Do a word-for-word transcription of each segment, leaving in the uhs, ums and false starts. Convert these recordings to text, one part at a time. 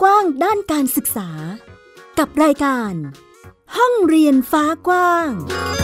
กว้างด้านการศึกษากับรายการห้องเรียนฟ้ากว้าง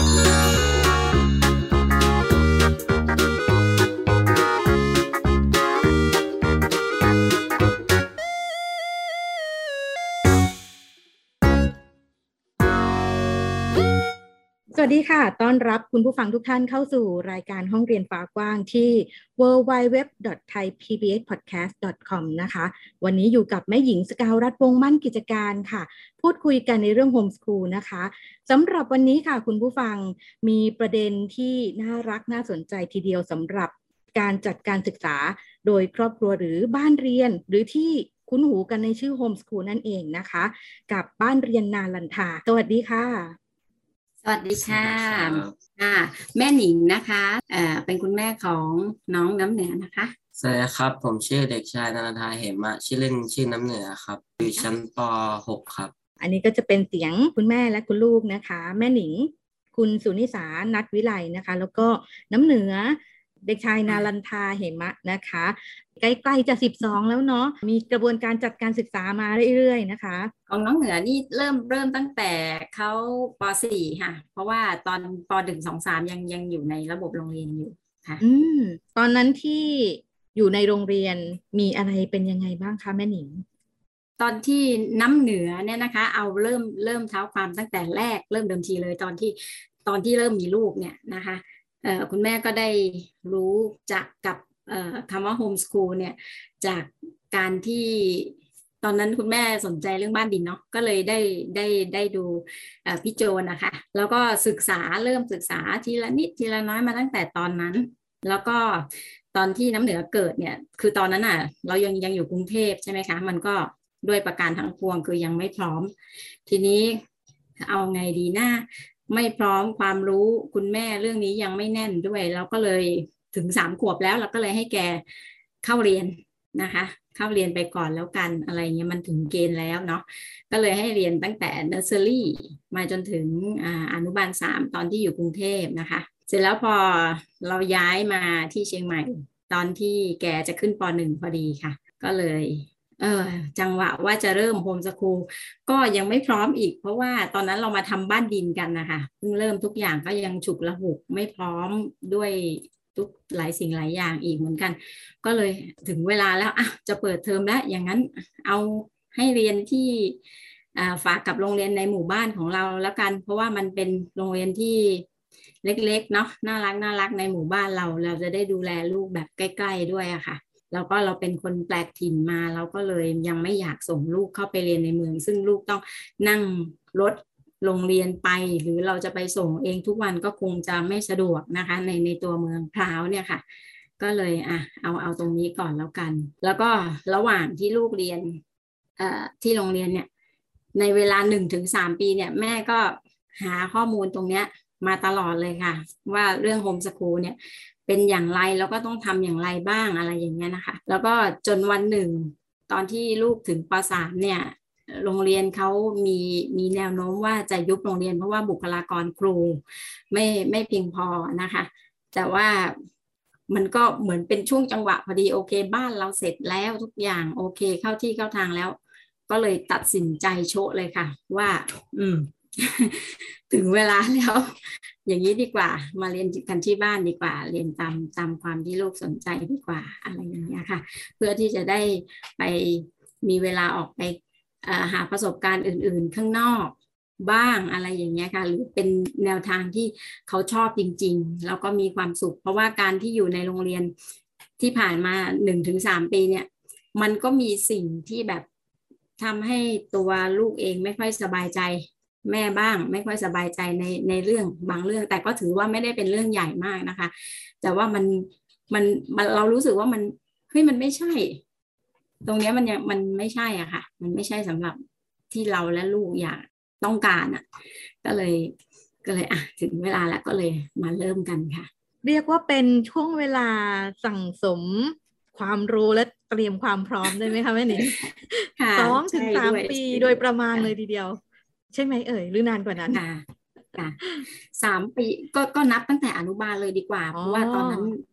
สวัสดีค่ะต้อนรับคุณผู้ฟังทุกท่านเข้าสู่รายการห้องเรียนฟ้ากว้างที่ ดับเบิลยู ดับเบิลยู ดับเบิลยู ดอท ไทย พี บี เอส พอดแคสต์ ดอท คอม นะคะวันนี้อยู่กับแม่หญิงสกาวรัตน์วงศ์มั่นกิจการค่ะพูดคุยกันในเรื่องโฮมสคูลนะคะสำหรับวันนี้ค่ะคุณผู้ฟังมีประเด็นที่น่ารักน่าสนใจทีเดียวสำหรับการจัดการศึกษาโดยครอบครัวหรือบ้านเรียนหรือที่คุ้นหูกันในชื่อโฮมสคูลนั่นเองนะคะกับบ้านเรียนนาลันทาสวัสดีค่ะสวัสดีค่ะค่ะแม่หนิงนะคะเอ่อเป็นคุณแม่ของน้องน้ำเหนือนะคะสวัสดีครับผมชื่อเด็กชายนันทาเหมะชื่อเล่นชื่อน้ำเหนือครับอยู่ชั้นป หก ครับอันนี้ก็จะเป็นเสียงคุณแม่และคุณลูกนะคะแม่หนิงคุณสุนิสานัทวิไลนะคะแล้วก็น้ำเหนือเด็กชายนาลันทาเหมะนะคะใกล้ๆจะสิบสองแล้วเนาะมีกระบวนการจัดการศึกษามาเรื่อยๆนะคะของน้องเหนือนี่เริ่มเริ่มตั้งแต่เขาป สี่ ค่ะเพราะว่าตอนป หนึ่ง สอง สาม ยังยังอยู่ในระบบโรงเรียนอยู่ค่ะอืมตอนนั้นที่อยู่ในโรงเรียนมีอะไรเป็นยังไงบ้างคะแม่หนิงตอนที่น้ำเหนือเนี่ยนะคะเอาเริ่มเริ่มเท้าความตั้งแต่แรกเริ่มเดิมทีเลยตอนที่ตอนที่เริ่มมีลูกเนี่ยนะคะเอ่อคุณแม่ก็ได้รู้จักกับเอ่อคำว่าโฮมสคูลเนี่ยจากการที่ตอนนั้นคุณแม่สนใจเรื่องบ้านดินเนาะก็เลยได้ได้ได้ดูพี่โจนะคะแล้วก็ศึกษาเริ่มศึกษาทีละนิดทีละน้อยมาตั้งแต่ตอนนั้นแล้วก็ตอนที่น้ำเหนือเกิดเนี่ยคือตอนนั้นอ่ะเรายังยังอยู่กรุงเทพใช่ไหมคะมันก็ด้วยประการทั้งปวงคือยังไม่พร้อมทีนี้เอาไงดีนะไม่พร้อมความรู้คุณแม่เรื่องนี้ยังไม่แน่นด้วยเราก็เลยถึงสามขวบแล้วเราก็เลยให้แกเข้าเรียนนะคะเข้าเรียนไปก่อนแล้วกันอะไรเงี้ยมันถึงเกณฑ์แล้วเนาะก็เลยให้เรียนตั้งแต่เนอร์เซอรี่มาจนถึงอ่าอนุบาลสามตอนที่อยู่กรุงเทพนะคะเสร็จแล้วพอเราย้ายมาที่เชียงใหม่ตอนที่แกจะขึ้นป หนึ่ง พอดีค่ะก็เลยเออจังหวะว่าจะเริ่มโฮมสคูลก็ยังไม่พร้อมอีกเพราะว่าตอนนั้นเรามาทำบ้านดินกันนะคะเพิ่งเริ่มทุกอย่างก็ยังฉุกละหุกไม่พร้อมด้วยทุกหลายสิ่งหลายอย่างอีกเหมือนกันก็เลยถึงเวลาแล้วอ่ะจะเปิดเทอมแล้วอย่างนั้นเอาให้เรียนที่ฝากกับโรงเรียนในหมู่บ้านของเราแล้วกันเพราะว่ามันเป็นโรงเรียนที่เล็กๆเนาะน่ารักน่ารักในหมู่บ้านเราเราจะได้ดูแลลูกแบบใกล้ๆด้วยอะค่ะแล้วก็เราเป็นคนแปลกถิ่นมาเราก็เลยยังไม่อยากส่งลูกเข้าไปเรียนในเมืองซึ่งลูกต้องนั่งรถโรงเรียนไปหรือเราจะไปส่งเองทุกวันก็คงจะไม่สะดวกนะคะในในตัวเมืองพร้าวเนี่ยค่ะก็เลยอ่ะเอาเอาตรงนี้ก่อนแล้วกันแล้วก็ระหว่างที่ลูกเรียนเอ่อที่โรงเรียนเนี่ยในเวลา หนึ่งถึงสาม ปีเนี่ยแม่ก็หาข้อมูลตรงเนี้ยมาตลอดเลยค่ะว่าเรื่องโฮมสคูลเนี่ยเป็นอย่างไรแล้วก็ต้องทำอย่างไรบ้างอะไรอย่างเงี้ยนะคะแล้วก็จนวันหนึ่งตอนที่ลูกถึงป สาม เนี่ยโรงเรียนเขามีมีแนวโน้มว่าจะยุบโรงเรียนเพราะว่าบุคลากรครูไม่ไม่เพียงพอนะคะแต่ว่ามันก็เหมือนเป็นช่วงจังหวะพอดีโอเคบ้านเราเสร็จแล้วทุกอย่างโอเคเข้าที่เข้าทางแล้วก็เลยตัดสินใจโชะเลยค่ะว่าอืม ถึงเวลาแล้วอย่างนี้ดีกว่ามาเรียนกันที่บ้านดีกว่าเรียนตามตามความที่ลูกสนใจดีกว่าอะไรอย่างเงี้ยค่ะเพื่อที่จะได้ไปมีเวลาออกไปหาประสบการณ์อื่นๆข้างนอกบ้างอะไรอย่างเงี้ยค่ะหรือเป็นแนวทางที่เขาชอบจริงๆแล้วก็มีความสุขเพราะว่าการที่อยู่ในโรงเรียนที่ผ่านมา หนึ่งถึงสาม ปีเนี่ยมันก็มีสิ่งที่แบบทำให้ตัวลูกเองไม่ค่อยสบายใจแม่บ้างไม่ค่อยสบายใจในในเรื่องบางเรื่องแต่ก็ถือว่าไม่ได้เป็นเรื่องใหญ่มากนะคะแต่ว่ามันมันมันเรารู้สึกว่ามันเฮ้ยมันไม่ใช่ตรงนี้มันยังมันไม่ใช่อ่ะค่ะมันไม่ใช่สำหรับที่เราและลูกอยากต้องการอ่ะก็เลยก็เลยอ่ะถึงเวลาแล้วก็เลยมาเริ่มกันค่ะเรียกว่าเป็นช่วงเวลาสั่งสมความรู้และเตรียมความพร้อมได้ไหมคะแม่หนิงสองถึงสามปีโดยประมาณเลยทีเดียวใช่ไหมเอ่ยหรือนานกว่านั้นค่ะค่ะสามปีก็ก็นับตั้งแต่อนุบาลเลยดีกว่าเพราะว่าตอนนั้น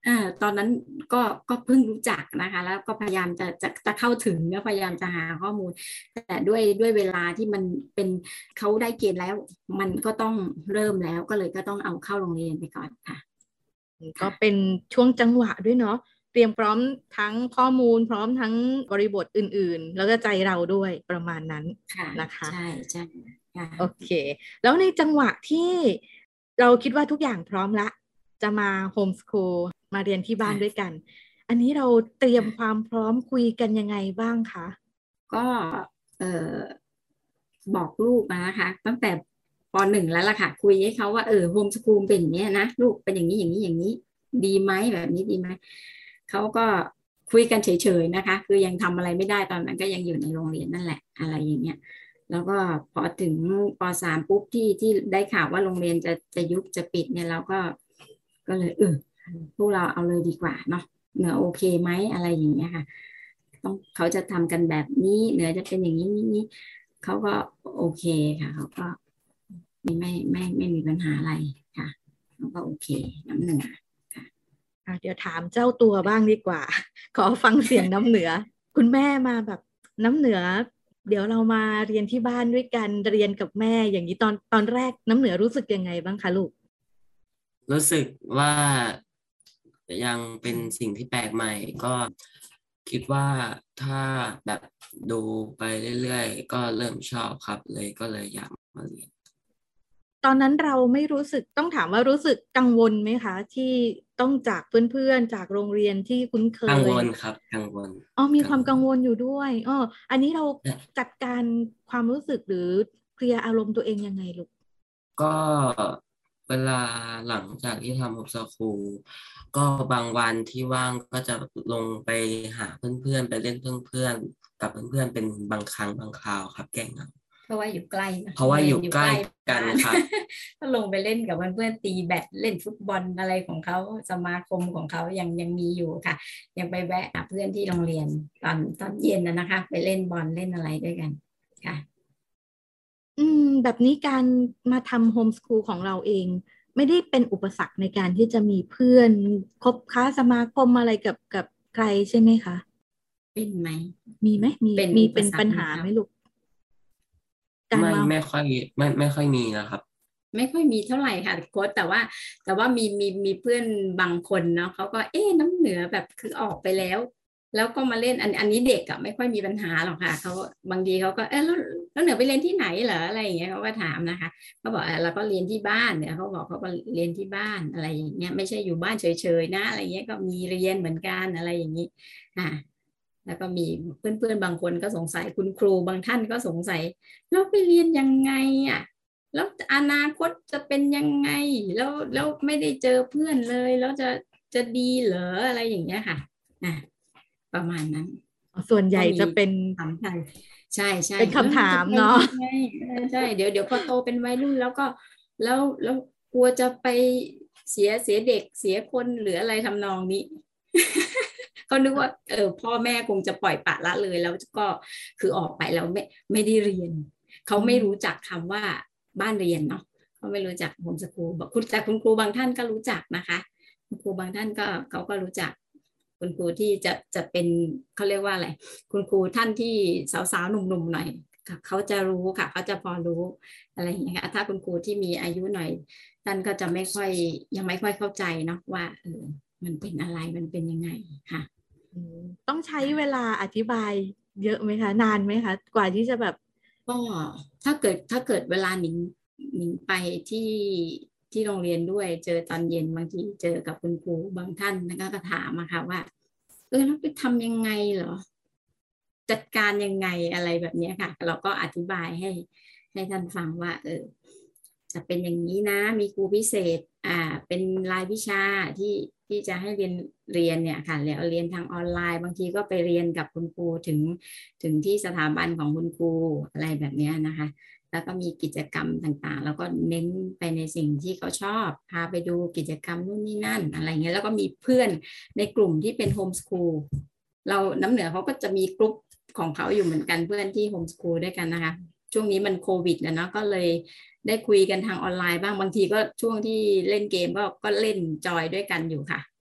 อ่าตอนนั้นก็ก็เพิ่งรู้จักนะคะแล้วก็พยายามจะจะจะเข้าถึงแล้วพยายามจะหาข้อมูลแต่ด้วยด้วยเวลาที่มันเป็นเขาได้เกณฑ์แล้วมันก็ต้องเริ่มแล้วก็เลยก็ต้องเอาเข้าโรงเรียนไปก่อนค่ะก็เป็นช่วงจังหวะด้วยเนาะเตรียมพร้อมทั้งข้อมูลพร้อมทั้งบริบทอื่นๆแล้วก็ใจเราด้วยประมาณนั้นนะคะใช่ใช่โอเคแล้วในจังหวะที่เราคิดว่าทุกอย่างพร้อมละจะมาโฮมสคูลมาเรียนที่บ้านด้วยกันอันนี้เราเตรียมความพร้อมคุยกันยังไงบ้างคะก็เออบอกลูกนะคะตั้งแต่ป.หนึ่งแล้วล่ะค่ะคุยให้เขาว่าเออโฮมสคูลเป็นอย่างนี้นะลูกเป็นอย่างนี้อย่างนี้อย่างนี้ดีไหมแบบนี้ดีไหมเขาก็คุยกันเฉยๆนะคะคือยังทำอะไรไม่ได้ตอนนั้นก็ยังอยู่ในโรงเรียนนั่นแหละอะไรอย่างเงี้ยแล้วก็พอถึงป.สามปุ๊บที่ที่ได้ข่าวว่าโรงเรียนจะจะยุบจะปิดเนี่ยเราก็ก็เลยเออพวกเราเอาเลยดีกว่าเนาะเหนือโอเคไหมอะไรอย่างเงี้ยค่ะต้องเขาจะทำกันแบบนี้เหนือจะเป็นอย่างนี้นี้เขาก็โอเคค่ะเขาก็ไม่ไม่ไม่ไม่มีปัญหาอะไรค่ะเขาก็โอเคน้ำเหนือค่ะเดี๋ยวถามเจ้าตัวบ้างดีกว่าขอฟังเสียงน้ำเหนือคุณแม่มาแบบน้ำเหนือเดี๋ยวเรามาเรียนที่บ้านด้วยกันเรียนกับแม่อย่างนี้ตอนตอนแรกน้ำเหนือรู้สึกยังไงบ้างคะลูกรู้สึกว่ายังเป็นสิ่งที่แปลกใหม่ก็คิดว่าถ้าแบบดูไปเรื่อยๆก็เริ่มชอบครับเลยก็เลยอยากมาเรียนตอนนั้นเราไม่รู้สึกต้องถามว่ารู้สึกกังวลไหมคะที่ต้องจากเพื่อนๆจากโรงเรียนที่คุ้นเคยกังวลครับกังวลอ๋อมีความกังวลอยู่ด้วยอ๋ออันนี้เราจัดการความรู้สึกหรือเคลียร์อารมณ์ตัวเองยังไงลูกก็เวลาหลังจากที่ทำโฮมสคูลก็บางวันที่ว่างก็จะลงไปหาเพื่อนๆไปเล่นเพื่อนๆกับเพื่อนๆเป็นบางครั้งบางคราวครับแก่งเอาเพราะว่าอยู่ใกล้เพราะว่าอยู่ใกล้กันครับก็ลงไปเล่นกับเพื่อนๆตีแบดเล่นฟุตบอลอะไรของเขาสมาคมของเขายังยังมีอยู่ค่ะยังไปแวะหาเพื่อนที่โรงเรียนตอนตอนเย็นนะนะคะไปเล่นบอลเล่นอะไรด้วยกันค่ะอืมแบบนี้การมาทำโฮมสคูลของเราเองไม่ได้เป็นอุปสรรคในการที่จะมีเพื่อนคบค้าสมาคมอะไรกับกับใครใช่ไหมคะเป็นไหมมีไหมมีมีเป็นปัญหาไหมลูกไม่ไม่ค่อยไม่ไม่ค่อยมีนะครับไม่ค่อยมีเท่าไหร่ค่ะโค้ชแต่ว่าแต่ว่ามีมีมีเพื่อนบางคนเนาะเขาก็เอ๊ะน้ำเหนือแบบคือออกไปแล้วแล้วก็มาเล่นอันอันนี้เด็กอะไม่ค่อยมีปัญหาหรอกค่ะเขาบางทีเขาก็เอ๊ะแล้วแล้วเหนือไปเรียนที่ไหนเหรออะไรอย่างเงี้ยเขาก็ถามนะคะเขาบอกเราก็เรียนที่บ้านเนี่ยเขาบอกเขาก็เรียนที่บ้านอะไรอย่างเงี้ยไม่ใช่อยู่บ้านเฉยๆนะอะไรเงี้ยก็มีเรียนเหมือนกันอะไรอย่างนี้อ่าแล้วก็มีเพื่อนๆบางคนก็สงสัยคุณครูบางท่านก็สงสัยแล้วไปเรียนยังไงอ่ะแล้วอนาคตจะเป็นยังไงแล้วแล้วไม่ได้เจอเพื่อนเลยแล้วจะจะดีเหรออะไรอย่างเงี้ยค่ะอ่ะประมาณนั้นส่วนใหญ่จะเป็นถามใช่ใช่ใช่เป็นคำถามเนาะใช่เดี๋ยวเดี๋ยวพอโตเป็นวัยรุ่นแล้วก็แล้วแล้วกลัวจะไปเสียเสียเด็กเสียคนหรืออะไรทำนองนี้เขานึกว่าเออพ่อแม่คงจะปล่อยปละละเลยแล้วก็คือออกไปแล้วไม่ไม่ได้เรียนเขาไม่รู้จักคำว่าบ้านเรียนเนาะเขาไม่รู้จักโฮมสคูลบอกคุณแต่คุณครูบางท่านก็รู้จักนะคะคุณครูบางท่านก็เขาก็รู้จักคุณครูที่จะจะเป็นเขาเรียกว่าอะไรคุณครูท่านที่สาวๆหนุ่มๆหน่อยเขาจะรู้ค่ะเขาจะพอรู้อะไรอย่างเงี้ยถ้าคุณครูที่มีอายุหน่อยท่านก็จะไม่ค่อยยังไม่ค่อยเข้าใจเนาะว่าเออมันเป็นอะไรมันเป็นยังไงค่ะต้องใช้เวลาอธิบายเยอะไหมคะนานไหมคะกว่าที่จะแบบก็ถ้าเกิดถ้าเกิดเวลาหนิงหนิงไปที่ที่โรงเรียนด้วยเจอตอนเย็นบางทีเจอกับคุณครูบางท่านนะคะก็ถามมาค่ะว่าเออแล้วไปทำยังไงเหรอจัดการยังไงอะไรแบบนี้ค่ะเราก็อธิบายให้ให้ท่านฟังว่าเออจะเป็นอย่างนี้นะมีครูพิเศษอ่าเป็นรายวิชาที่ที่จะให้เรียนเรียนเนี่ยค่ะแล้วเรียนทางออนไลน์บางทีก็ไปเรียนกับคุณครูถึงถึงที่สถาบันของคุณครูอะไรแบบนี้นะคะแล้วก็มีกิจกรรมต่างๆแล้วก็เน้นไปในสิ่งที่เขาชอบพาไปดูกิจกรรมนู่นนี่นั่นอะไรเงี้ยแล้วก็มีเพื่อนในกลุ่มที่เป็นโฮมสคูลเราน้ำเหนือเขาก็จะมีกลุ่มของเขาอยู่เหมือนกันเพื่อนที่โฮมสคูลด้วยกันนะคะช่วงนี้มันโควิดนะเนาะก็เลยได้คุยกันทางออนไลน์บ้างบางทีก็ช่วงที่เล่นเกมก็ก็เล่นจอยด้วยกันอยู่ค่ะ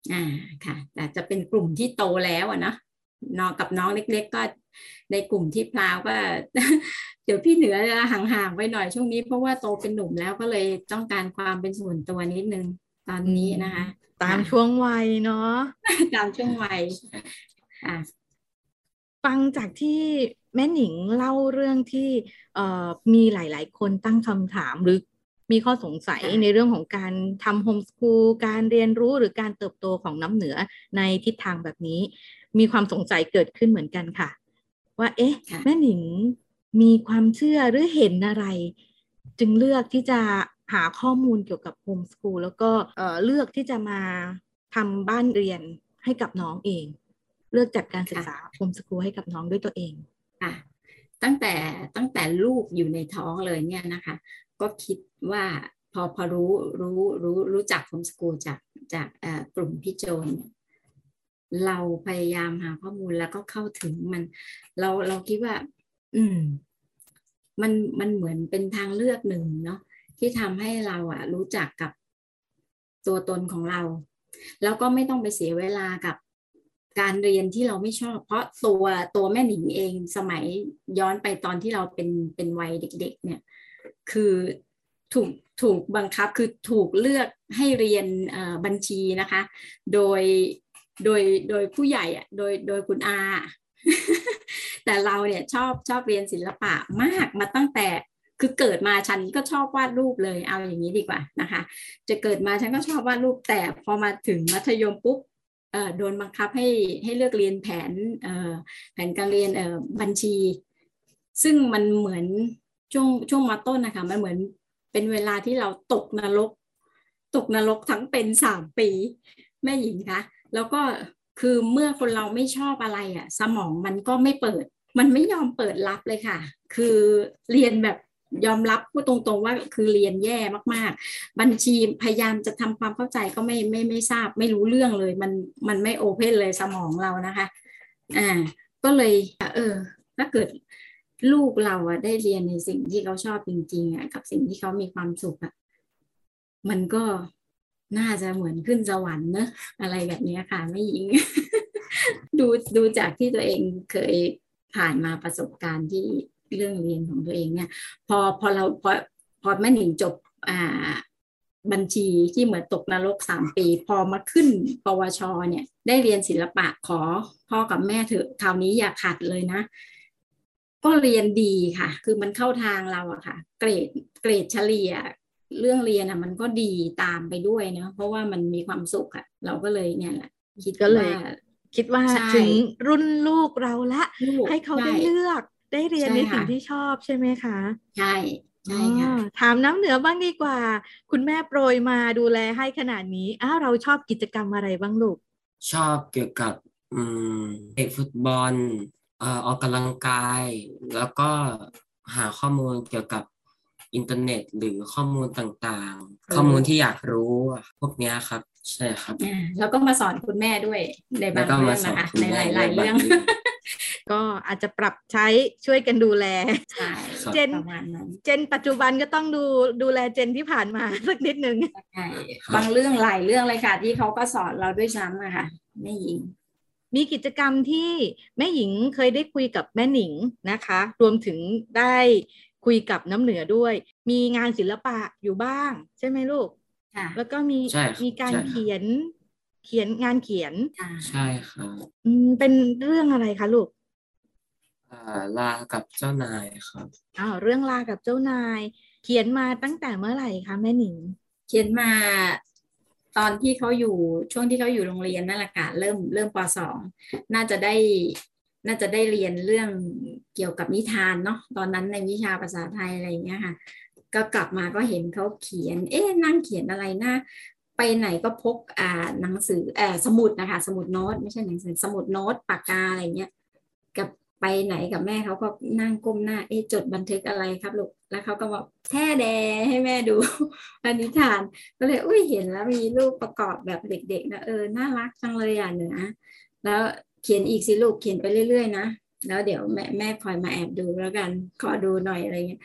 อ่าค่ะแต่จะเป็นกลุ่มที่โตแล้วอ่ะนะน้องกับน้องเล็กๆก็ในกลุ่มที่พลาวก็ เดี๋ยวพี่เหนือจะห่างๆไปหน่อยช่วงนี้เพราะว่าโตเป็นหนุ่มแล้วก็เลยต้องการความเป็นส่วนตัวนิดนึงตอนนี้นะคะตามช่วงวัยเนาะตามช่วงวัยอ่าฟังจากที่แม่หนิงเล่าเรื่องที่เอ่อมีหลายๆคนตั้งคำถามหรือมีข้อสงสัยในเรื่องของการทำโฮมสคูลการเรียนรู้หรือการเติบโตของน้ำเหนือในทิศทางแบบนี้มีความสงสัยเกิดขึ้นเหมือนกันค่ะว่าเอ๊ะแม่หนิงมีความเชื่อหรือเห็นอะไรจึงเลือกที่จะหาข้อมูลเกี่ยวกับโฮมสคูลแล้วก็เอ่อเลือกที่จะมาทำบ้านเรียนให้กับน้องเองเลือกจัดการศึกษาโฮมสคูลให้กับน้องด้วยตัวเองค่ะตั้งแต่ตั้งแต่ลูกอยู่ในท้องเลยเนี่ยนะคะก็คิดว่าพอพอรู้รู้รู้รู้จักโฮมสคูลจากจากกลุ่มพี่โจนเราพยายามหาข้อมูลแล้วก็เข้าถึงมันเราเราคิดว่าอืมมันมันเหมือนเป็นทางเลือกหนึ่งเนาะที่ทำให้เราอะรู้จักกับตัวตนของเราแล้วก็ไม่ต้องไปเสียเวลากับการเรียนที่เราไม่ชอบเพราะตัวตัวแม่หนิงเองสมัยย้อนไปตอนที่เราเป็นเป็นวัยเด็กๆเนี่ยคือถูกถูกบังคับคือถูกเลือกให้เรียนบัญชีนะคะโดยโดยโดยผู้ใหญ่อะโดยโดยคุณอา แต่เราเนี่ยชอบชอบเรียนศิลปะมากมาตั้งแต่คือเกิดมาฉันก็ชอบวาดรูปเลยเอาอย่างนี้ดีกว่านะคะจะเกิดมาฉันก็ชอบวาดรูปแต่พอมาถึงมัธยมปุ๊บโดนบังคับให้ให้เลือกเรียนแผนแผนการเรียนบัญชีซึ่งมันเหมือนช่วงช่วงม.ต้นนะคะมันเหมือนเป็นเวลาที่เราตกนรกตกนรกทั้งเป็นสามปีแม่หญิงคะแล้วก็คือเมื่อคนเราไม่ชอบอะไรอ่ะสมองมันก็ไม่เปิดมันไม่ยอมเปิดรับเลยค่ะคือเรียนแบบยอมรับพูดตรงๆว่าคือเรียนแย่มากๆบัญชีพยายามจะทำความเข้าใจก็ไม่ไม่ไม่ทราบไม่รู้เรื่องเลยมันมันไม่โอเพนเลยสมองเรานะคะอ่าก็เลยเออถ้าเกิดลูกเราอะได้เรียนในสิ่งที่เขาชอบจริงๆอะกับสิ่งที่เขามีความสุขอะมันก็น่าจะเหมือนขึ้นสวรรค์เนอะอะไรแบบนี้ค่ะไม่หญิง ดูดูจากที่ตัวเองเคยผ่านมาประสบการณ์ที่เรื่องเรียนของตัวเองเนี่ยพอพอเราพอพอแม่หนิงจบอ่าบัญชีที่เหมือนตกนรกสามปีพอมาขึ้นปวชเนี่ยได้เรียนศิลปะขอพ่อกับแม่เถอะคราวนี้อย่าขัดเลยนะก็เรียนดีค่ะคือมันเข้าทางเราอะค่ะเกรดเกรดเฉลี่ยเรื่องเรียนอะมันก็ดีตามไปด้วยเนาะเพราะว่ามันมีความสุขอะเราก็เลยเนี่ยแหละคิดก็เลยคิดว่าถึงรุ่นลูกเราละให้เขาได้เลือกได้เรียนในสิ่งที่ชอบใช่ไหมคะใช่ใช่ค่ะถามน้ำเหนือบ้างดีกว่าคุณแม่โปรยมาดูแลให้ขนาดนี้อ้าวเราชอบกิจกรรมอะไรบ้างลูกชอบเกี่ยวกับอืมเตะฟุตบอลเอ่อออกกำลังกายแล้วก็หาข้อมูลเกี่ยวกับอินเทอร์เน็ตหรือข้อมูลต่างๆข้อมูลที่อยากรู้พวกนี้ครับใช่ครับแล้วก็มาสอนคุณแม่ด้วยในบางเรื่องนะคะในหลายๆเรื่องก็อาจจะปรับใช้ช่วยกันดูแลเจนเจนปัจจุบันก็ต้องดูดูแลเจนที่ผ่านมาสักนิดนึงบางเรื่องหลายเรื่องเลยค่ะที่เขาก็สอนเราด้วยซ้ำนะคะแม่หญิงมีกิจกรรมที่แม่หญิงเคยได้คุยกับแม่หนิงนะคะรวมถึงได้คุยกับน้ำเหนือด้วยมีงานศิลปะอยู่บ้างใช่ไหมลูกแล้วก็มีมีการเขียนเขียนงานเขียนใช่ครับอืมเป็นเรื่องอะไรคะลูกอ่าลากับเจ้านายครับอ้าวเรื่องลากับเจ้านายเขียนมาตั้งแต่เมื่อไหร่คะแม่หนิงเขียนมาตอนที่เขาอยู่ช่วงที่เขาอยู่โรงเรียนนั่นแหละค่ะเริ่มเริ่มป.สอง น่าจะได้น่าจะได้เรียนเรื่องเกี่ยวกับนิทานเนาะตอนนั้นในวิชาภาษาไทยอะไรอย่างเงี้ยค่ะก็กลับมาก็เห็นเขาเขียนเอ๊ะนั่งเขียนอะไรนะไปไหนก็พกอ่าหนังสือเอ่อสมุดนะคะสมุดโน้ตไม่ใช่หนังสือสมุดโน้ตปากกาอะไรเงี้ยกับไปไหนกับแม่เขาก็นั่งก้มหน้าเอ๊ะจดบันทึกอะไรครับลูกแล้วเขาก็บอกแท้แดให้แม่ดูอันนิทานก็เลยอุ้ยเห็นแล้วมีรูปประกอบแบบเด็กๆนะเออน่ารักจังเลยอ่ะเหนือแล้วเขียนอีกสิลูกเขียนไปเรื่อยๆนะแล้วเดี๋ยวแม่แม่คอยมาแอบดูแล้วกันขอดูหน่อยอะไรเงี้ยเอ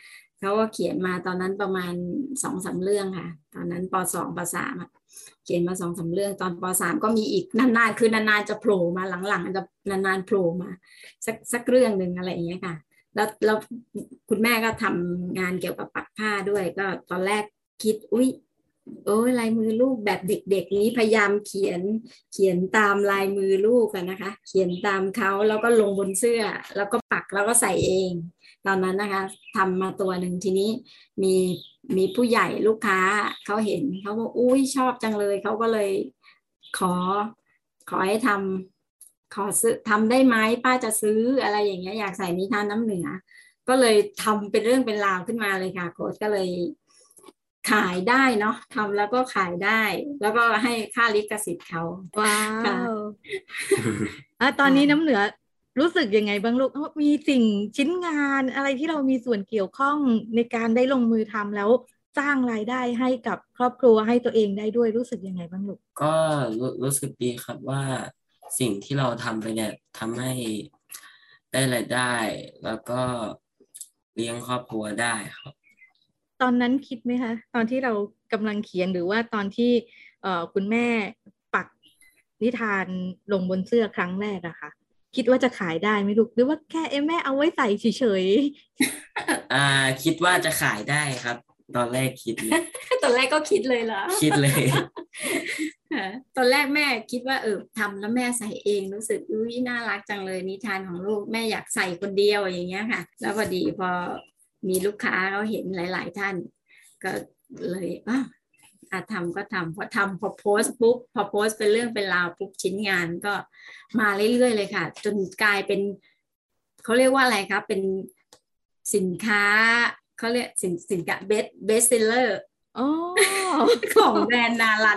เขาก็เขียนมาตอนนั้นประมาณสองสามเรื่องค่ะตอนนั้นปสองปสามอ่ะเขียนมาสองสามเรื่องตอนปสามก็มีอีกนานๆคือนานๆจะโผล่มาหลังๆจะนานๆโผล่มาสักสักเรื่องหนึ่งอะไรอย่างเงี้ยค่ะแล้วแล้วคุณแม่ก็ทำงานเกี่ยวกับปักผ้าด้วยก็ตอนแรกคิดอุ๊ยโอ้ยลายมือลูกแบบเด็กๆนี้พยายามเขียนเขียนตามลายมือลูกกันนะคะเขียนตามเขาแล้วก็ลงบนเสื้อแล้วก็ปักแล้วก็ใส่เองตอนนั้นนะคะทำมาตัวหนึ่งทีนี้มีมีผู้ใหญ่ลูกค้าเขาเห็นเขาบอกอุ้ยชอบจังเลยเขาก็เลยขอขอให้ทำขอซื้อทำได้ไหมป้าจะซื้ออะไรอย่างเงี้ยอยากใส่นิทานน้ำเหนือก็เลยทำเป็นเรื่องเป็นราวขึ้นมาเลยค่ะโค้ชก็เลยขายได้เนาะทำแล้วก็ขายได้แล้วก็ให้ค่าลิขสิทธิ์เขาว้าวอ่ะตอนนี้น้ำเหนือรู้สึกยังไงบ้างลูกมีสิ่งชิ้นงานอะไรที่เรามีส่วนเกี่ยวข้องในการได้ลงมือทำแล้วสร้างรายได้ให้กับครอบครัวให้ตัวเองได้ด้วยรู้สึกยังไงบ้างลูกก็รู้รู้สึกดีครับว่าสิ่งที่เราทำไปเนี่ยทำให้ได้รายได้แล้วก็เลี้ยงครอบครัวได้ครับตอนนั้นคิดไหมคะตอนที่เรากำลังเขียนหรือว่าตอนที่เอ่อคุณแม่ปักนิทานลงบนเสื้อครั้งแรกอะค่ะคิดว่าจะขายได้ไหมลูกหรือว่าแค่เอแม่เอาไว้ใส่เฉยๆอ่าคิดว่าจะขายได้ครับตอนแรกคิดตอนแรกก็คิดเลยเหรอคิดเลยตอนแรกแม่คิดว่าเออทำแล้วแม่ใส่เองรู้สึกอุ้ยน่ารักจังเลยนิทานของลูกแม่อยากใส่คนเดียวอย่างเงี้ยค่ะแล้วพอดีพอมีลูกค้าเขาเห็นหลายๆท่านก็เลยอ่ะอ่ะทำก็ทำพอทำพอโพสต์ปุ๊บพอโพสต์เป็นเรื่องเป็นราวปุ๊บชิ้นงานก็มาเรื่อยๆเลยค่ะจนกลายเป็นเขาเรียกว่าอะไรครับเป็นสินค้าเขาเรียกสินสินค้าเบสเบสเซลเลอร์ของแบรนด์นารัน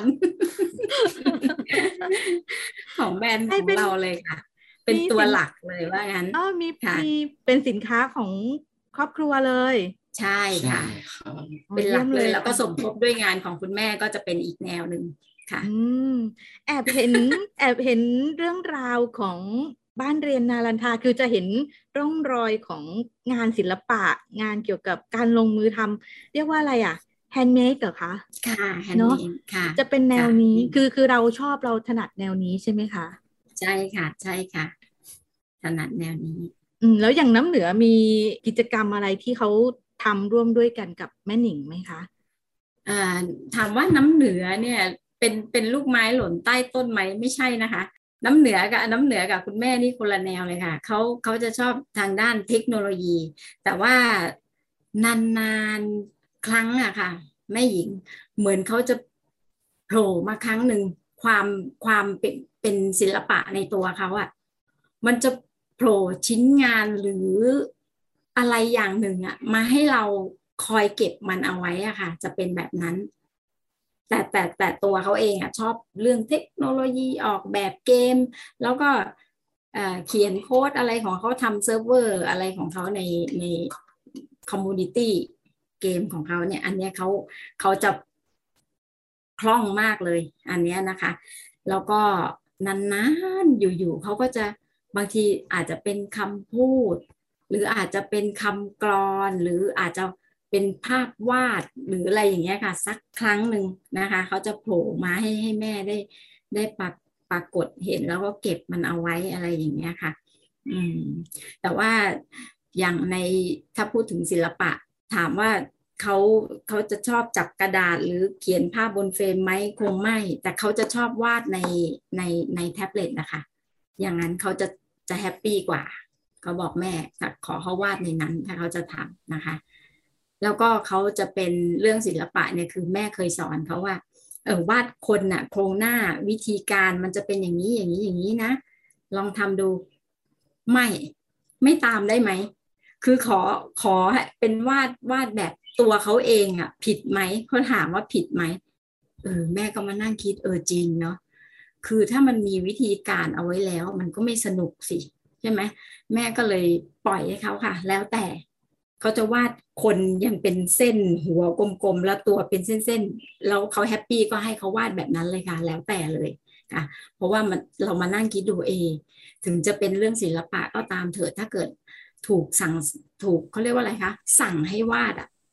ของแบรนด์ของเราเลยค่ะเป็นตัวหลักเลยว่างั้นอ๋อมีมีเป็นสินค้าของครอบครัวเลยใช่ค่ะเป็นหลักเลยแล้วก็สมทบด้วยงานของคุณแม่ก็จะเป็นอีกแนวหนึ่งค่ะอืมแอบเห็นแอบเห็นเรื่องราวของบ้านเรียนนารันทาคือจะเห็นร่องรอยของงานศิลปะงานเกี่ยวกับการลงมือทำเรียกว่าอะไรอ่ะแฮนด์เมดเหรอคะค่ะแฮนด์เมดค่ะจะเป็นแนวนี้คือคือเราชอบเราถนัดแนวนี้ใช่ไหมคะใช่ค่ะใช่ค่ะถนัดแนวนี้อืมแล้วอย่างน้ำเหนือมีกิจกรรมอะไรที่เขาทำร่วมด้วยกันกับแม่หนิงไหมคะอ่าถามว่าน้ำเหนือเนี่ยเป็นเป็นลูกไม้หล่นใต้ต้นไหมไม่ใช่นะคะน้ำเหนือกับน้ำเหนือกับคุณแม่นี่คนละแนวเลยค่ะเขาเขาจะชอบทางด้านเทคโนโลยีแต่ว่านานๆครั้งอะค่ะแม่หญิงเหมือนเขาจะโผล่มาครั้งหนึ่งความความเป็นเป็นศิลปะในตัวเขาอะมันจะโผล่ชิ้นงานหรืออะไรอย่างหนึ่งอะมาให้เราคอยเก็บมันเอาไว้อะค่ะจะเป็นแบบนั้นแต่แต่แต่ตัวเขาเองอะชอบเรื่องเทคโนโลยีออกแบบเกมแล้วก็เขียนโค้ดอะไรของเขาทำเซิร์ฟเวอร์อะไรของเขาในในคอมมูนิตี้เกมของเขาเนี่ยอันนี้เขาเขาจะคล่องมากเลยอันนี้นะคะแล้วก็นานๆอยู่ๆเขาก็จะบางทีอาจจะเป็นคำพูดหรืออาจจะเป็นคำกลอนหรืออาจจะเป็นภาพวาดหรืออะไรอย่างเงี้ยค่ะสักครั้งหนึ่งนะคะเขาจะโผล่มาให้ให้แม่ได้ได้ปรากปรากฏเห็นแล้วก็เก็บมันเอาไว้อะไรอย่างเงี้ยค่ะอืมแต่ว่าอย่างในถ้าพูดถึงศิลปะถามว่าเขาเขาจะชอบจับกระดาษหรือเขียนภาพบนเฟรมไหมคงไม่แต่เขาจะชอบวาดในในในแท็บเล็ตนะคะอย่างนั้นเขาจะจะแฮปปี้กว่าเขาบอกแม่ขอเขาวาดในนั้นถ้าเขาจะทำนะคะแล้วก็เขาจะเป็นเรื่องศิลปะเนี่ยคือแม่เคยสอนเขาว่าเออวาดคนน่ะโครงหน้าวิธีการมันจะเป็นอย่างนี้อย่างนี้อย่างนี้นะลองทำดูไม่ไม่ตามได้ไหมคือขอขอเป็นวาดวาดแบบตัวเขาเองอ่ะผิดไหมเขาถามว่าผิดไหมเออแม่ก็มานั่งคิดเออจริงเนาะคือถ้ามันมีวิธีการเอาไว้แล้วมันก็ไม่สนุกสิใช่ไหมแม่ก็เลยปล่อยให้เขาค่ะแล้วแต่เขาจะวาดคนยังเป็นเส้นหัวกลมๆแล้วตัวเป็นเส้นๆแล้วเขาแฮปปี้ก็ให้เขาวาดแบบนั้นเลยค่ะแล้วแต่เลยค่ะเพราะว่ามันเรามานั่งคิดดูเองถึงจะเป็นเรื่องศิลปะก็ตามเถิดถ้าเกิดถูกสั่งถูกเขาเรียกว่าอะไรคะสั่งให้วาดอ่ะ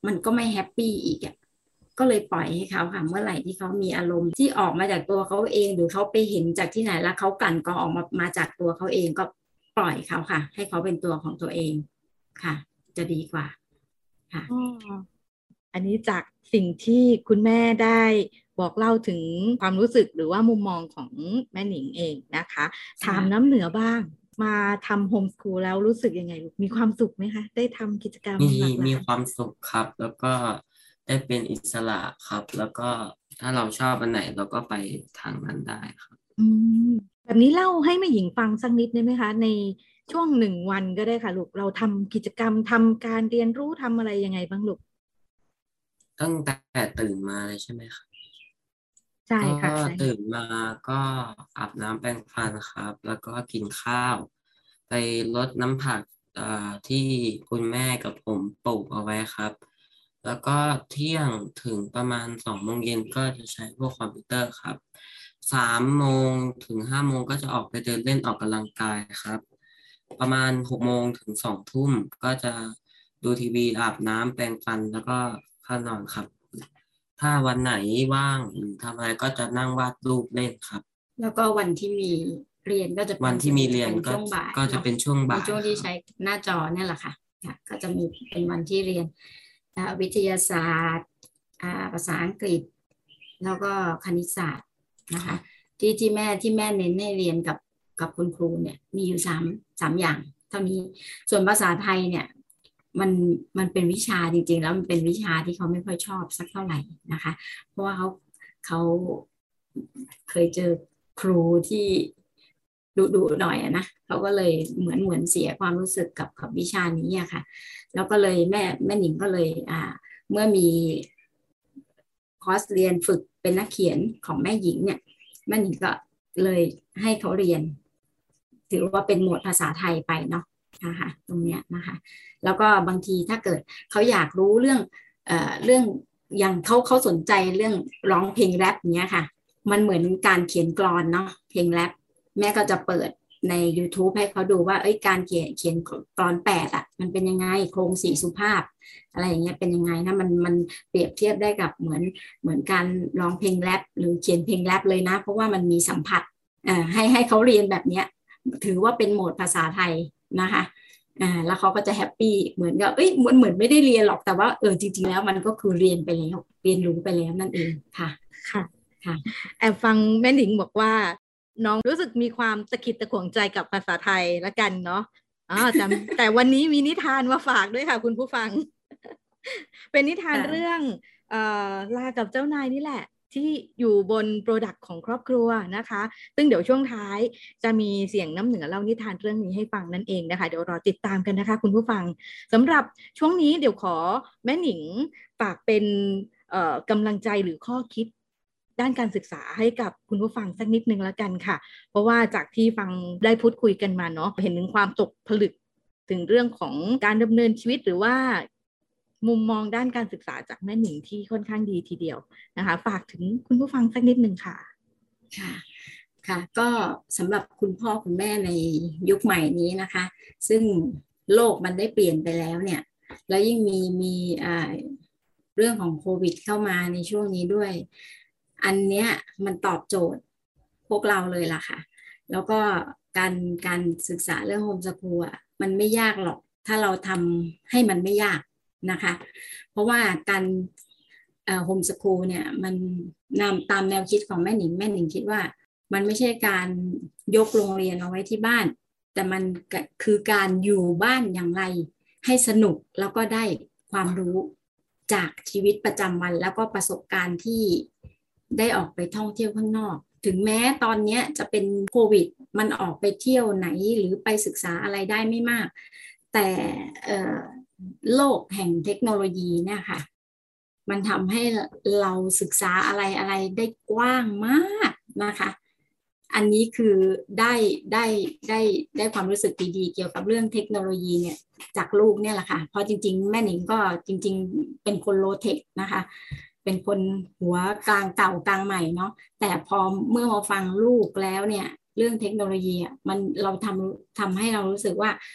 มันก็ไม่แฮปปี้อีกอ่ะก็เลยปล่อยให้เขาค่ะเมื่อไหร่ที่เขามีอารมณ์ที่ออกมาจากตัวเขาเองหรือเขาไปเห็นจากที่ไหนแล้วเขากลั่นกรองออกมามาจากตัวเขาเองก็ปล่อยเขาค่ะให้เขาเป็นตัวของตัวเองค่ะจะดีกว่าค่ะอันนี้จากสิ่งที่คุณแม่ได้บอกเล่าถึงความรู้สึกหรือว่ามุมมองของแม่หนิงเองนะคะถามน้ำเหนือบ้างมาทำโฮมสคูลแล้วรู้สึกยังไงมีความสุขไหมคะได้ทำกิจกรรมมีหลากหลายมีความสุขครับแล้วก็ได้เป็นอิสระครับแล้วก็ถ้าเราชอบอันไหนเราก็ไปทางนั้นได้ครับอืมแบบนี้เล่าให้แม่หญิงฟังสักนิดได้ไหมคะในช่วงหนึ่งวันก็ได้ค่ะลูกเราทำกิจกรรมทำการเรียนรู้ทำอะไรยังไงบ้างลูกตั้งแต่ตื่นมาเลยใช่ไหมครับใช่ก็ค่ะใช่ตื่นมาก็อาบน้ำแปรงฟันครับแล้วก็กินข้าวไปรดน้ำผักอ่าที่คุณแม่กับผมปลูกเอาไว้ครับแล้วก็เที่ยงถึงประมาณสองโมงเย็นก็จะใช้พวกคอมพิวเตอร์ครับสามโมงถึงห้าโมงก็จะออกไปเดินเล่นออกกำลังกายครับประมาณหกโมงถึงสองทุ่มก็จะดูทีวีอาบน้ำแปรงฟันแล้วก็เข้านอนครับถ้าวันไหนว่างหรือทำอะไรก็จะนั่งวาดรูปเล่นครับแล้วก็วันที่มีเรียนก็จะเป็วันนที่มีเรียนเป็นก็ช่วงบ่ายก็จะเนาะเป็นช่วงในบ่ายครับช่วงที่ใช้หน้าจอเนี่ยแหละค่ะก็จะมีเป็นวันที่เรียนวิทยาศาสตร์ภาษาอังกฤษแล้วก็คณิตศาสตร์นะคะที่ที่แม่ที่แม่เน้นให้เรียนกับกับคุณครูเนี่ยมีอยู่สามสามอย่างเท่านี้ส่วนภาษาไทยเนี่ยมันมันเป็นวิชาจริงๆแล้วมันเป็นวิชาที่เขาไม่ค่อยชอบสักเท่าไหร่นะคะเพราะว่าเขาเขาเคยเจอครูที่ดุดุหน่อยนะเขาก็เลยเหมือนเหมือนเสียความรู้สึกกับกับวิชานี้อะค่ะแล้วก็เลยแม่แม่หนิงก็เลยอ่าเมื่อมีคอร์สเรียนฝึกเป็นนักเขียนของแม่หญิงเนี่ยแม่หญิงก็เลยให้เขาเรียนถือว่าเป็นหมวดภาษาไทยไปเนาะนะคะตรงเนี้ยนะคะแล้วก็บางทีถ้าเกิดเขาอยากรู้เรื่องเอ่อเรื่องอย่างเขาเขาสนใจเรื่องร้องเพลงแรปเนี้ยค่ะมันเหมือนการเขียนกลอนเนาะเพลงแรปแม่ก็จะเปิดใน YouTube ให้เขาดูว่าเอ้ยการเขียนเขียนกลอนแปดอ่ะมันเป็นยังไงโครงสี่สุภาพอะไรอย่างเงี้ยเป็นยังไงนะมันมันเปรียบเทียบได้กับเหมือนเหมือนการร้องเพลงแรปหรือเขียนเพลงแรปเลยนะเพราะว่ามันมีสัมผัสอ่าให้ให้เขาเรียนแบบเนี้ยถือว่าเป็นโหมดภาษาไทยนะคะอ่าแล้วเขาก็จะแฮปปี้เหมือนกับเอ้ยเหมือนเหมือนไม่ได้เรียนหรอกแต่ว่าเออจริงๆแล้วมันก็คือเรียนไปแล้วเรียนรู้ไปแล้วนั่นเองค่ะค่ะค่ะแอบฟังแม่หนิงบอกว่าน้องรู้สึกมีความตะขิดตะขวงใจกับภาษาไทยละกันเนาะอ๋อแต่แต่วันนี้มีนิทานมาฝากด้วยค่ะคุณผู้ฟังเป็นนิทานเรื่องเอ่อลากับเจ้านายนี่แหละที่อยู่บนโปรดักต์ของครอบครัวนะคะซึ่งเดี๋ยวช่วงท้ายจะมีเสียงน้ำเหนือเล่านิทานเรื่องนี้ให้ฟังนั่นเองนะคะเดี๋ยวรอติดตามกันนะคะคุณผู้ฟังสำหรับช่วงนี้เดี๋ยวขอแม่หนิงฝากเป็นเอ่อกำลังใจหรือข้อคิดด้านการศึกษาให้กับคุณผู้ฟังสักนิดนึงแล้วกันค่ะเพราะว่าจากที่ฟังได้พูดคุยกันมาเนาะเห็นถึงความตกผลึกถึงเรื่องของการดำเนินชีวิตหรือว่ามุมมองด้านการศึกษาจากแม่หนิงที่ค่อนข้างดีทีเดียวนะคะฝากถึงคุณผู้ฟังสักนิดนึงค่ะค่ะค่ะก็สำหรับคุณพ่อคุณแม่ในยุคใหม่นี้นะคะซึ่งโลกมันได้เปลี่ยนไปแล้วเนี่ยแล้วยิ่งมีมีอ่าเรื่องของโควิดเข้ามาในช่วงนี้ด้วยอันเนี้ยมันตอบโจทย์พวกเราเลยล่ะค่ะแล้วก็การการศึกษาเรื่องโฮมสคูลอ่ะมันไม่ยากหรอกถ้าเราทำให้มันไม่ยากนะคะเพราะว่าการโฮมสคูลเนี่ยมันนำตามแนวคิดของแม่หนิงแม่หนิงคิดว่ามันไม่ใช่การยกโรงเรียนเอาไว้ที่บ้านแต่มันคือการอยู่บ้านอย่างไรให้สนุกแล้วก็ได้ความรู้จากชีวิตประจำวันแล้วก็ประสบการณ์ที่ได้ออกไปท่องเที่ยวข้างนอกถึงแม้ตอนนี้จะเป็นโควิดมันออกไปเที่ยวไหนหรือไปศึกษาอะไรได้ไม่มากแต่โลกแห่งเทคโนโลยีเนี่ยค่ะมันทำให้เราศึกษาอะไรอะไรได้กว้างมากนะคะอันนี้คือได้ได้ได้ได้ความรู้สึกดีๆเกี่ยวกับเรื่องเทคโนโลยีเนี่ยจากลูกเนี่ยแหละค่ะเพราะจริงๆแม่หนิงก็จริงๆเป็นคนโลเทคนะคะเป็นคนหัวกลางเก่ากลางใหม่เนาะแต่พอเมื่อมาฟังลูกแล้วเนี่ยเรื่องเทคโนโลยีอ่ะมันเราทำทำให้เรารู้สึกว่า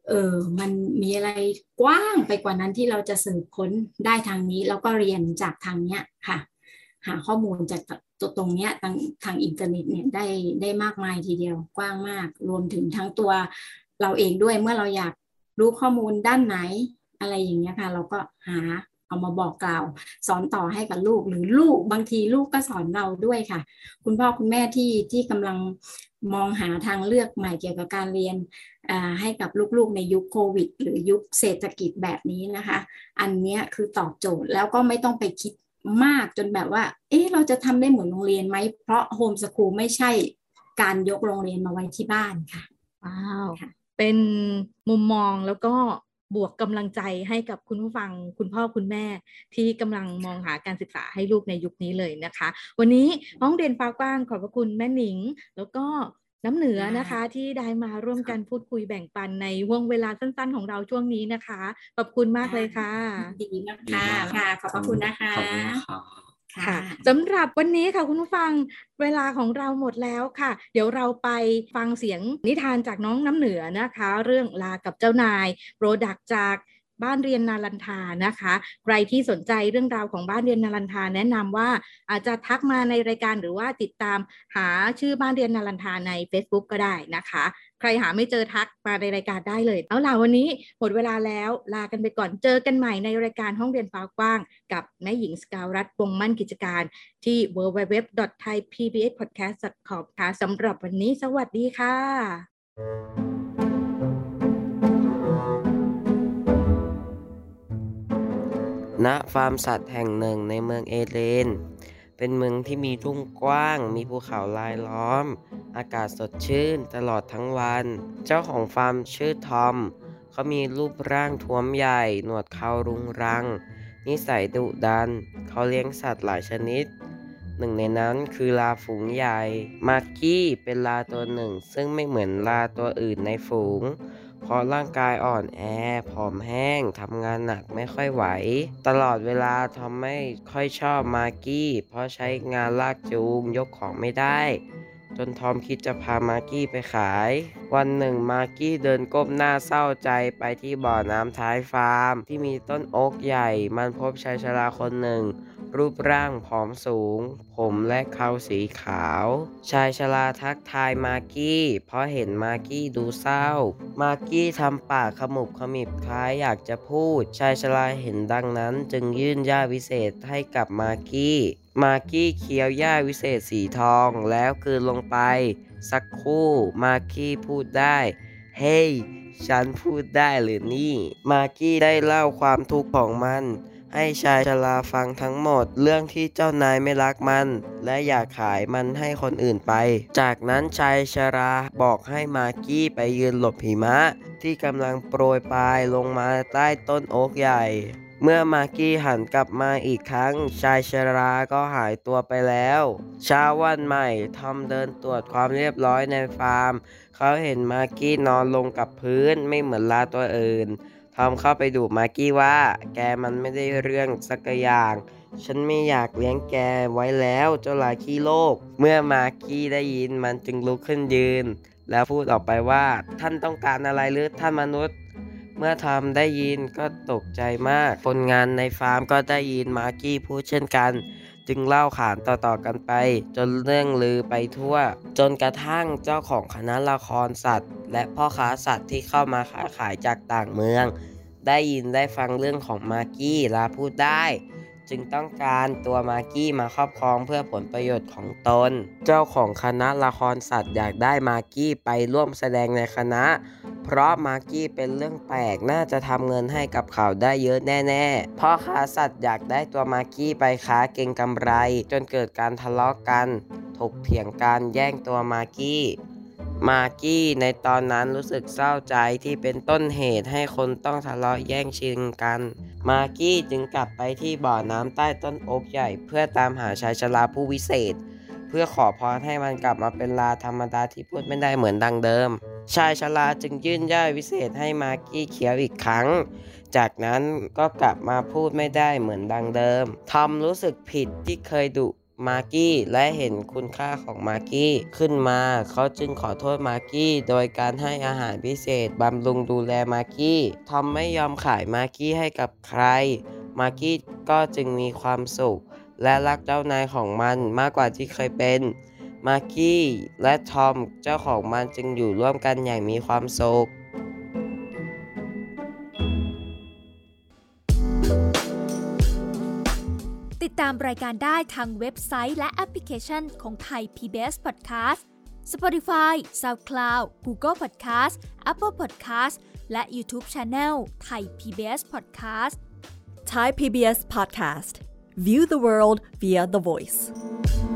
เออมันมีอะไรกว้างไปกว่านั้นที่เราจะสืบค้นได้ทางนี้แล้วก็เรียนจากทางเนี้ยค่ะหาข้อมูลจากตัวตรงเนี้ยทางทางอินเทอร์เน็ตเนี่ยได้ได้มากมายทีเดียวกว้างมากรวมถึงทั้งตัวเราเองด้วยเมื่อเราอยากรู้ข้อมูลด้านไหนอะไรอย่างเงี้ยค่ะเราก็หาเอามาบอกกล่าวสอนต่อให้กับลูกหรือลูกบางทีลูกก็สอนเราด้วยค่ะคุณพ่อคุณแม่ที่ที่กำลังมองหาทางเลือกใหม่เกี่ยวกับการเรียนให้กับลูกๆในยุคโควิดหรือยุคเศรษฐกิจแบบนี้นะคะอันนี้คือตอบโจทย์แล้วก็ไม่ต้องไปคิดมากจนแบบว่าเอ๊ะเราจะทำได้เหมือนโรงเรียนไหมเพราะโฮมสคูลไม่ใช่การยกโรงเรียนมาไว้ที่บ้านค่ะว้าวเป็นมุมมองแล้วก็บวกกำลังใจให้กับคุณผู้ฟังคุณพ่อคุณแม่ที่กำลังมองหาการศึกษาให้ลูกในยุคนี้เลยนะคะวันนี้ห้องเรียนฟ้ากว้างขอบพระคุณแม่หนิงแล้วก็น้ำเหนือนะคะที่ได้มาร่วมกันพูดคุยแบ่งปันในห่วงเวลาสั้นๆของเราช่วงนี้นะคะขอบคุณมากเลยค่ะดีมากค่ะค่ะขอบพระคุณนะคะค่ะสำหรับวันนี้ค่ะคุณผู้ฟังเวลาของเราหมดแล้วค่ะเดี๋ยวเราไปฟังเสียงนิทานจากน้องน้ำเหนือนะคะเรื่องลากับเจ้านายโปรดักต์จากบ้านเรียนนารันทานะคะใครที่สนใจเรื่องราวของบ้านเรียนนารันทาแนะนำว่าอาจจะทักมาในรายการหรือว่าติดตามหาชื่อบ้านเรียนนารันทาใน Facebook ก็ได้นะคะใครหาไม่เจอทักมาในรายการได้เลยเอาล่ะวันนี้หมดเวลาแล้วลากันไปก่อนเจอกันใหม่ในรายการห้องเรียนฟ้ากว้างกับแม่หญิงสกาวรัตน์วงมั่นกิจการที่ ดับเบิลยู ดับเบิลยู ดับเบิลยู ดอท ไทย พี บี เอส พอดแคสต์ ดอท คอม ค่ะสำหรับวันนี้สวัสดีค่ะณฟาร์มสัตว์แห่งหนึ่งในเมืองเอเลนเป็นเมืองที่มีทุ่งกว้างมีภูเขารายล้อมอากาศสดชื่นตลอดทั้งวันเจ้าของฟาร์มชื่อทอมเขามีรูปร่างท้วมใหญ่หนวดเครารุงรังนิสัยดุดันเขาเลี้ยงสัตว์หลายชนิดหนึ่งในนั้นคือลาฝูงใหญ่มากกี้เป็นลาตัวหนึ่งซึ่งไม่เหมือนลาตัวอื่นในฝูงเพราะร่างกายอ่อนแอผอมแห้งทำงานหนักไม่ค่อยไหวตลอดเวลาทอมไม่ค่อยชอบมากกี้เพราะใช้งานลากจูงยกของไม่ได้จนทอมคิดจะพามากกี้ไปขายวันหนึ่งมากกี้เดินก้มหน้าเศร้าใจไปที่บ่อน้ำท้ายฟาร์มที่มีต้นโอ๊กใหญ่มันพบชายชราคนหนึ่งรูปร่างผอมสูงผมและเคราสีขาวชายชราทักทายมากกี้เพราะเห็นมากกี้ดูเศร้ามากกี้ทำปากขมุบขมิบคล้ายอยากจะพูดชายชราเห็นดังนั้นจึงยื่นหญ้าวิเศษให้กับมากกี้มากกี้เคี้ยวหญ้าวิเศษสีทองแล้วกลืนลงไปสักครู่มากกี้พูดได้เฮ้ย hey, ฉันพูดได้หรือนี่มากกี้ได้เล่าความทุกข์ของมันให้ชายชราฟังทั้งหมดเรื่องที่เจ้านายไม่รักมันและอยากขายมันให้คนอื่นไปจากนั้นชายชราบอกให้มากกี้ไปยืนหลบหิมะที่กำลังโปรยปลายลงมาใต้ต้นโอ๊กใหญ่เมื่อมากกี้หันกลับมาอีกครั้งชายชราก็หายตัวไปแล้วเช้าวันใหม่ทอมเดินตรวจความเรียบร้อยในฟาร์มเขาเห็นมากกี้นอนลงกับพื้นไม่เหมือนลาตัวอื่นทอมเข้าไปดูมากกี้ว่าแกมันไม่ได้เรื่องสักอย่างฉันไม่อยากเลี้ยงแกไว้แล้วเจ้าลาขี้โลกเมื่อมากกี้ได้ยินมันจึงลุกขึ้นยืนแล้วพูดออกไปว่าท่านต้องการอะไรหรือท่านมนุษย์เมื่อทอมได้ยินก็ตกใจมากคนงานในฟาร์มก็ได้ยินมากกี้พูดเช่นกันจึงเล่าขานต่อๆกันไปจนเรื่องลือไปทั่วจนกระทั่งเจ้าของคณะละครสัตว์และพ่อค้าสัตว์ที่เข้ามาค้าขายจากต่างเมืองได้ยินได้ฟังเรื่องของมากกี้และพูดได้จึงต้องการตัวมากกี้มาครอบครองเพื่อผลประโยชน์ของตนเจ้าของคณะละครสัตว์อยากได้มากกี้ไปร่วมแสดงในคณะเพราะมากกี้เป็นเรื่องแปลกน่าจะทำเงินให้กับเขาได้เยอะแน่ๆพ่อค้าสัตว์อยากได้ตัวมากกี้ไปค้าเก็งกำไรจนเกิดการทะเลาะกันถกเถียงกันแย่งตัวมากกี้มากกี้ในตอนนั้นรู้สึกเศร้าใจที่เป็นต้นเหตุให้คนต้องทะเลาะแย่งชิงกันมากกี้จึงกลับไปที่บ่อน้ำใต้ต้นโอ๊กใหญ่เพื่อตามหาชายชราผู้วิเศษเพื่อขอพรให้มันกลับมาเป็นลาธรรมดาที่พูดไม่ได้เหมือนดังเดิมชายชราจึงยื่นหญ้าวิเศษให้มากกี้เคี้ยวอีกครั้งจากนั้นก็กลับมาพูดไม่ได้เหมือนดังเดิมทอมรู้สึกผิดที่เคยดุมากกี้และเห็นคุณค่าของมากกี้ขึ้นมาเขาจึงขอโทษมากกี้โดยการให้อาหารพิเศษบำรุงดูแลมากกี้ทอมไม่ยอมขายมากกี้ให้กับใครมากกี้ก็จึงมีความสุขและรักเจ้านายของมันมากกว่าที่เคยเป็นมากกี้และทอมเจ้าของมันจึงอยู่ร่วมกันอย่างมีความสุขติดตามรายการได้ทางเว็บไซต์และแอปพลิเคชันของไทย พี บี เอส Podcast Spotify, SoundCloud, Google Podcast, Apple Podcast และ YouTube Channel ไทย พี บี เอส Podcast Thai พี บี เอส Podcast View the world via the voice